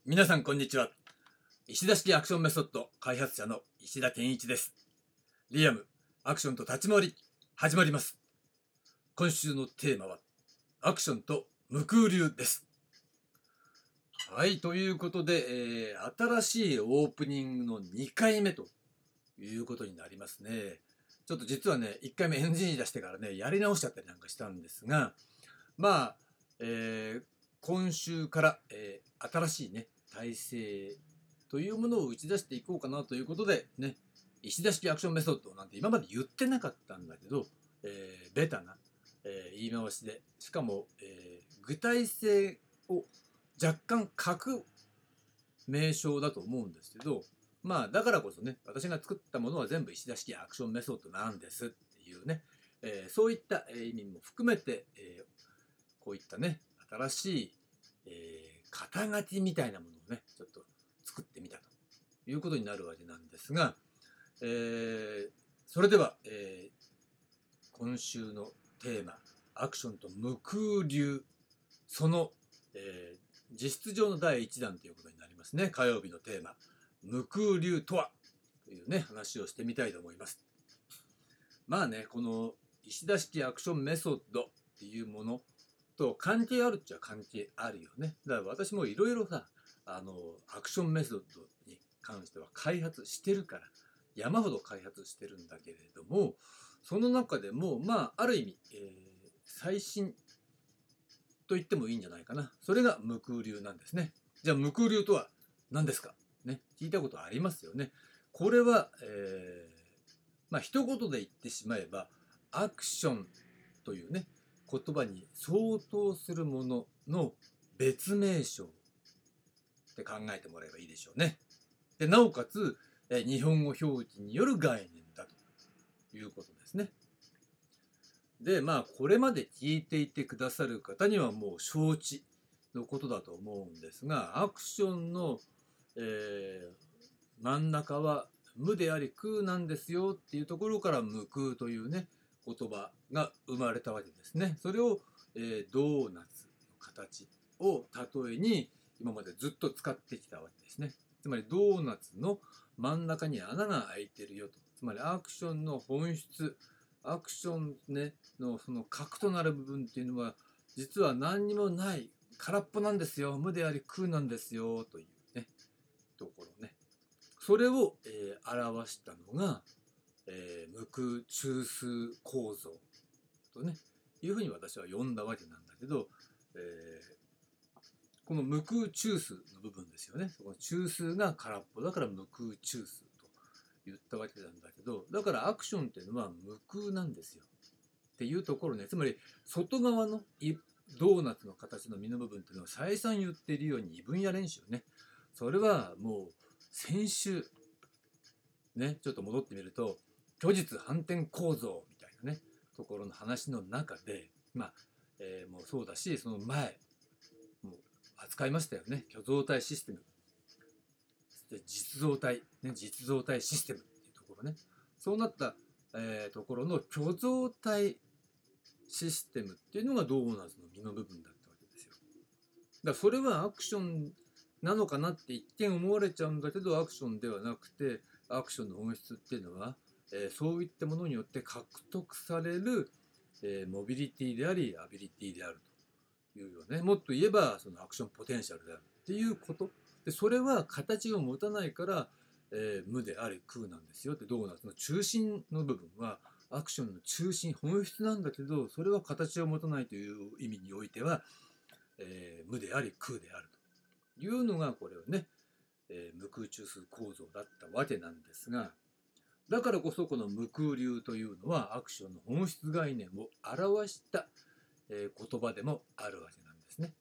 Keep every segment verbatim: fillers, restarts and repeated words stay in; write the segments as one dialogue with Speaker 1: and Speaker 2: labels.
Speaker 1: 皆さんこんにちは。石田式アクションメソッド開発者の石田健一です。リアムアクションと立ち回り始まります。今週のテーマはアクションと無空流です。はい、ということで、えー新しいオープニングのにかいめということになりますね。ちょっと実はね、いっかいめ エヌジー 出してからね、やり直しちゃったりなんかしたんですが、まあ、えー今週から、えー新しいね、体制というものを打ち出していこうかなということで、ね、石田式アクションメソッドなんて今まで言ってなかったんだけど、えーベタな、えー言い回しで、しかも、えー具体性を若干欠く名称だと思うんですけど、まあだからこそね、私が作ったものは全部石田式アクションメソッドなんですっていうね、えーそういった意味も含めて、えーこういったね、新しい、えー肩書きみたいなものをね、ちょっと作ってみたということになるわけなんですが、えーそれでは、えー今週のテーマ、アクションと無空流、その、えー実質上のだいいちだんということになりますね。火曜日のテーマ、無空流とはというね、話をしてみたいと思います。まあね、この石田式アクションメソッドっていうものと関係あるっちゃ関係あるよね。だから私もいろいろさ、あの、アクションメソッドに関しては開発してるから、山ほど開発してるんだけれども、その中でも、まあ、ある意味、えー最新と言ってもいいんじゃないかな。それが無空流なんですね。じゃあ無空流とは何ですかね。聞いたことありますよね。これは、えーまあ一言で言ってしまえば、アクションというね、言葉に相当するものの別名称って考えてもらえばいいでしょうね。で、なおかつ、え日本語表記による概念だということですね。で、まあ、これまで聞いていてくださる方にはもう承知のことだと思うんですが、アクションの、えー真ん中は無であり空なんですよっていうところから無空というね、言葉が生まれたわけですね。それを、えードーナツの形を例えに今までずっと使ってきたわけですね。つまりドーナツの真ん中に穴が開いてるよと。つまりアクションの本質、アクション、ね、のその核となる部分っていうのは実は何にもない空っぽなんですよ、無であり空なんですよというねところね、それを、えー表したのが、えー無空中枢構造とねいうふうに私は呼んだわけなんだけど、えーこの無空中枢の部分ですよね。そこの中枢が空っぽだから無空中枢と言ったわけなんだけど、だからアクションっていうのは無空なんですよっていうところね。つまり外側のドーナツの形の実の部分っていうのは再三言っているように異分野練習ね。それはもう先週ね、ちょっと戻ってみると虚実反転構造みたいなねところの話の中で、まあ、えーもうそうだし、その前もう扱いましたよね。虚像体システムで実像体、ね、実像体システムっていうところね。そうなった、えーところの虚像体システムっていうのがドーナツの実の部分だったわけですよ。だからそれはアクションなのかなって一見思われちゃうんだけど、アクションではなくて、アクションの本質っていうのは、えーそういったものによって獲得される、えーモビリティでありアビリティであるというよね。もっと言えばそのアクションポテンシャルであるっていうこと。でそれは形を持たないから、えー無であり空なんですよって。ドーナツの中心の部分はアクションの中心本質なんだけど、それは形を持たないという意味においては、えー無であり空であるというのがこれをね、えー無空中枢構造だったわけなんですが、だからこそこの無空流というのはアクションの本質概念を表した、えー言葉でもあるわけなんですね。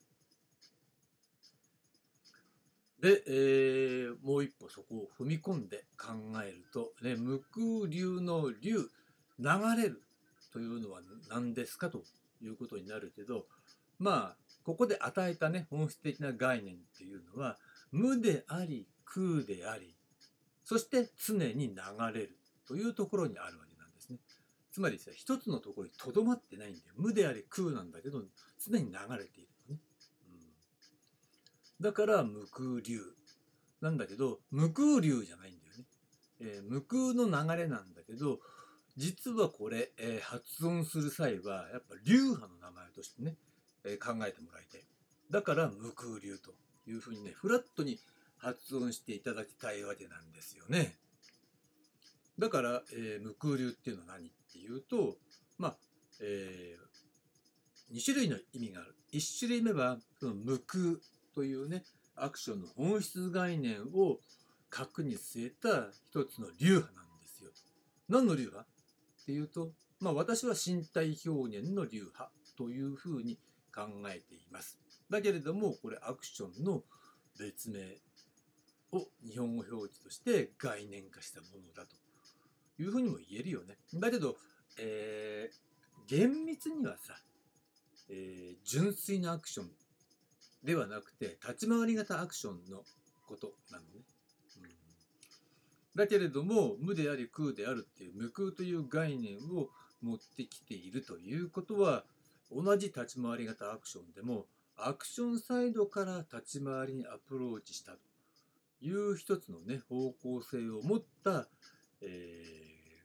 Speaker 1: で、えーもう一歩そこを踏み込んで考えると、ね、無空流の流、流れるというのは何ですかということになるけど、まあここで与えたね本質的な概念っていうのは無であり空であり、そして常に流れるというところにあるわけなんですね。つまりですね、一つのところにとどまってないんで、無であり空なんだけど常に流れているのね。 だから無空流なんだけど、無空流じゃないんだよね。えー無空の流れなんだけど、実はこれ、えー発音する際はやっぱ流派の名前としてね、えー考えてもらいたい。だから無空流というふうにね、フラットに発音していただきたいわけなんですよね。だから、えー無空流っていうのは何っていうと、まあ、えー、に種類の意味がある。いち種類目はその無空というね、アクションの本質概念を核に据えた一つの流派なんですよ。何の流派っていうと、まあ、私は身体表現の流派というふうに考えています。だけれども、これアクションの別名を日本語表記として概念化したものだというふうにも言えるよね。だけど、えー、厳密にはさ、えー、純粋なアクションではなくて立ち回り型アクションのことなのね。うん、だけれども無であり空であるっていう無空という概念を持ってきているということは、同じ立ち回り型アクションでもアクションサイドから立ち回りにアプローチしたという一つのね方向性を持った、え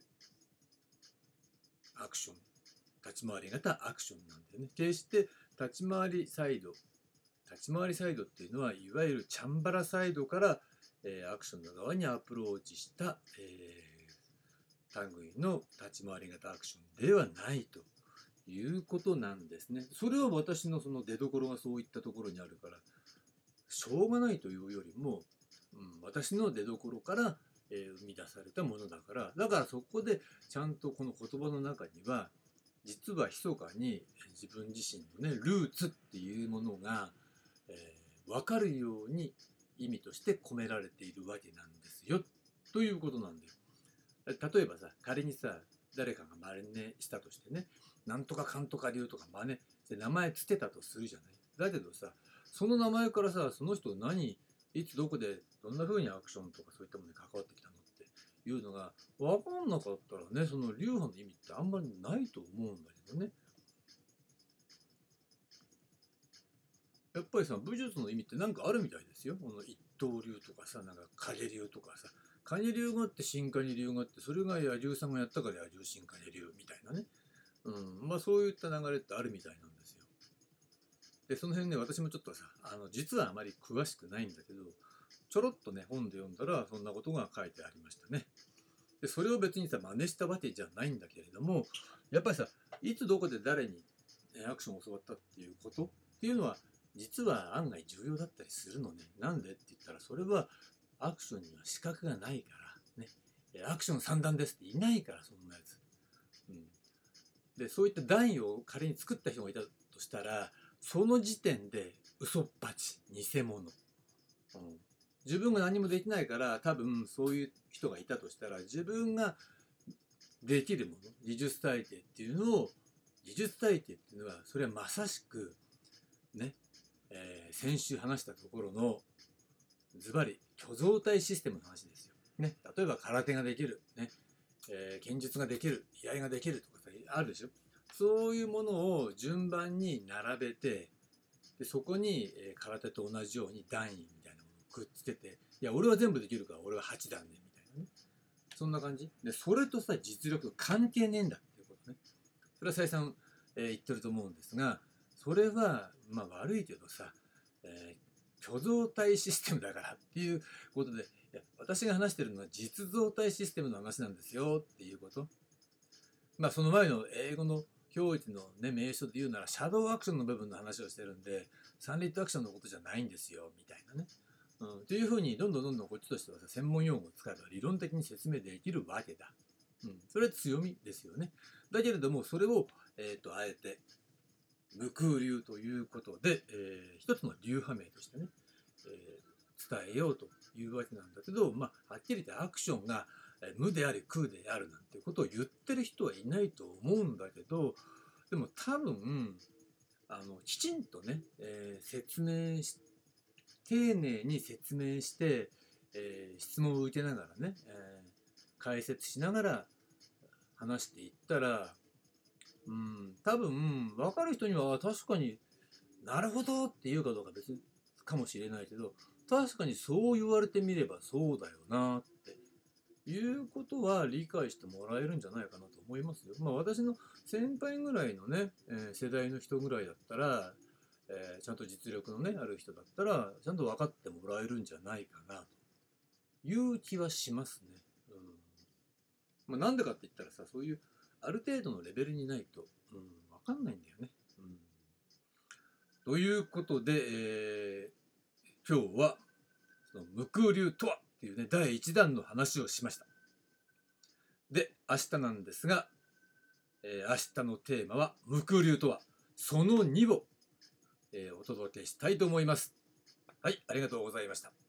Speaker 1: ーアクション、立ち回り型アクションなんだよね。決して立ち回りサイド、立ち回りサイドっていうのはいわゆるチャンバラサイドから、えーアクションの側にアプローチした、えー類の立ち回り型アクションではないということなんですね。それは私のその出所がそういったところにあるからしょうがないというよりも、うん、私の出所から、えー生み出されたものだから、だからそこでちゃんとこの言葉の中には実は密かに自分自身のねルーツっていうものが、えー分かるように意味として込められているわけなんですよということなんだよ。例えばさ、仮にさ誰かが真似したとしてね、なんとかかんとか流とか真似して名前つけたとするじゃない。だけどさ、その名前からさ、その人何いつどこでどんな風にアクションとかそういったものに関わってきたのっていうのが分かんなかったらね、その流派の意味ってあんまりないと思うんだけどね。やっぱりさ、武術の意味ってなんかあるみたいですよ。この一刀流とかさ、なんか影流とかさ、影流があって新影流があって、それが野獣さんがやったから野獣新影流みたいなね。うん、まあそういった流れってあるみたいなんですよ。で、その辺ね、私もちょっとさ、あの実はあまり詳しくないんだけど、ちょろっとね、本で読んだらそんなことが書いてありましたね。で、それを別にさ、真似したわけじゃないんだけれども、やっぱりさ、いつどこで誰にアクションを教わったっていうことっていうのは、実は案外重要だったりするのね。なんでって言ったら、それはアクションには資格がないからね。アクションさん段ですっていないから、そんなやつ。うん、で、そういった段位を仮に作った人がいたとしたら、その時点で嘘っぱち、偽物。うん、自分が何もできないから、多分そういう人がいたとしたら、自分ができるもの、技術体系っていうのを、技術体系っていうのは、それはまさしく、ね、えー先週話したところの、ズバリ、虚像体システムの話ですよ。ね、例えば空手ができる、ね、えー剣術ができる、居合ができるとかあるでしょ。そういうものを順番に並べて、でそこに、えー空手と同じように段位みたいなものをくっつけて、いや、俺は全部できるから、俺ははち段ね、みたいなね。そんな感じで、それとさ、実力関係ねえんだっていうことね。それは再三、えー言ってると思うんですが、それは、まあ悪いけどさ、えー虚像体システムだからっていうことで、いや私が話してるのは実像体システムの話なんですよっていうこと。まあその前の英語の表記のね、名称で言うなら、シャドウアクションの部分の話をしてるんで、サンリットアクションのことじゃないんですよ、みたいなね。うん、っていうふうに、どんどんどんどんこっちとしてはさ、専門用語を使えば理論的に説明できるわけだ。うん、それは強みですよね。だけれども、それを、えっ、と、あえて、無空流ということで、えー一つの流派名としてね、えー伝えようというわけなんだけど、まあ、はっきり言ってアクションがえー無であり空であるなんていうことを言ってる人はいないと思うんだけど、でも多分、あの、きちんとね、えー説明し、丁寧に説明して、えー質問を受けながらね、えー解説しながら話していったら、うん、多分分かる人には確かになるほどっていうかどうか別にかもしれないけど、確かにそう言われてみればそうだよなっていうことは理解してもらえるんじゃないかなと思いますよ。まあ私の先輩ぐらいのね、えー世代の人ぐらいだったら、えーちゃんと実力のね、ある人だったら、ちゃんと分かってもらえるんじゃないかなという気はしますね。うん。まあなんでかって言ったらさ、そういうある程度のレベルにないと、うん、分かんないんだよね。うん。ということで、えー今日はその無空流とはっていうね、だいいちだんの話をしました。で、明日なんですが、えー明日のテーマは無空流とはそのにを、えーお届けしたいと思います。はい、ありがとうございました。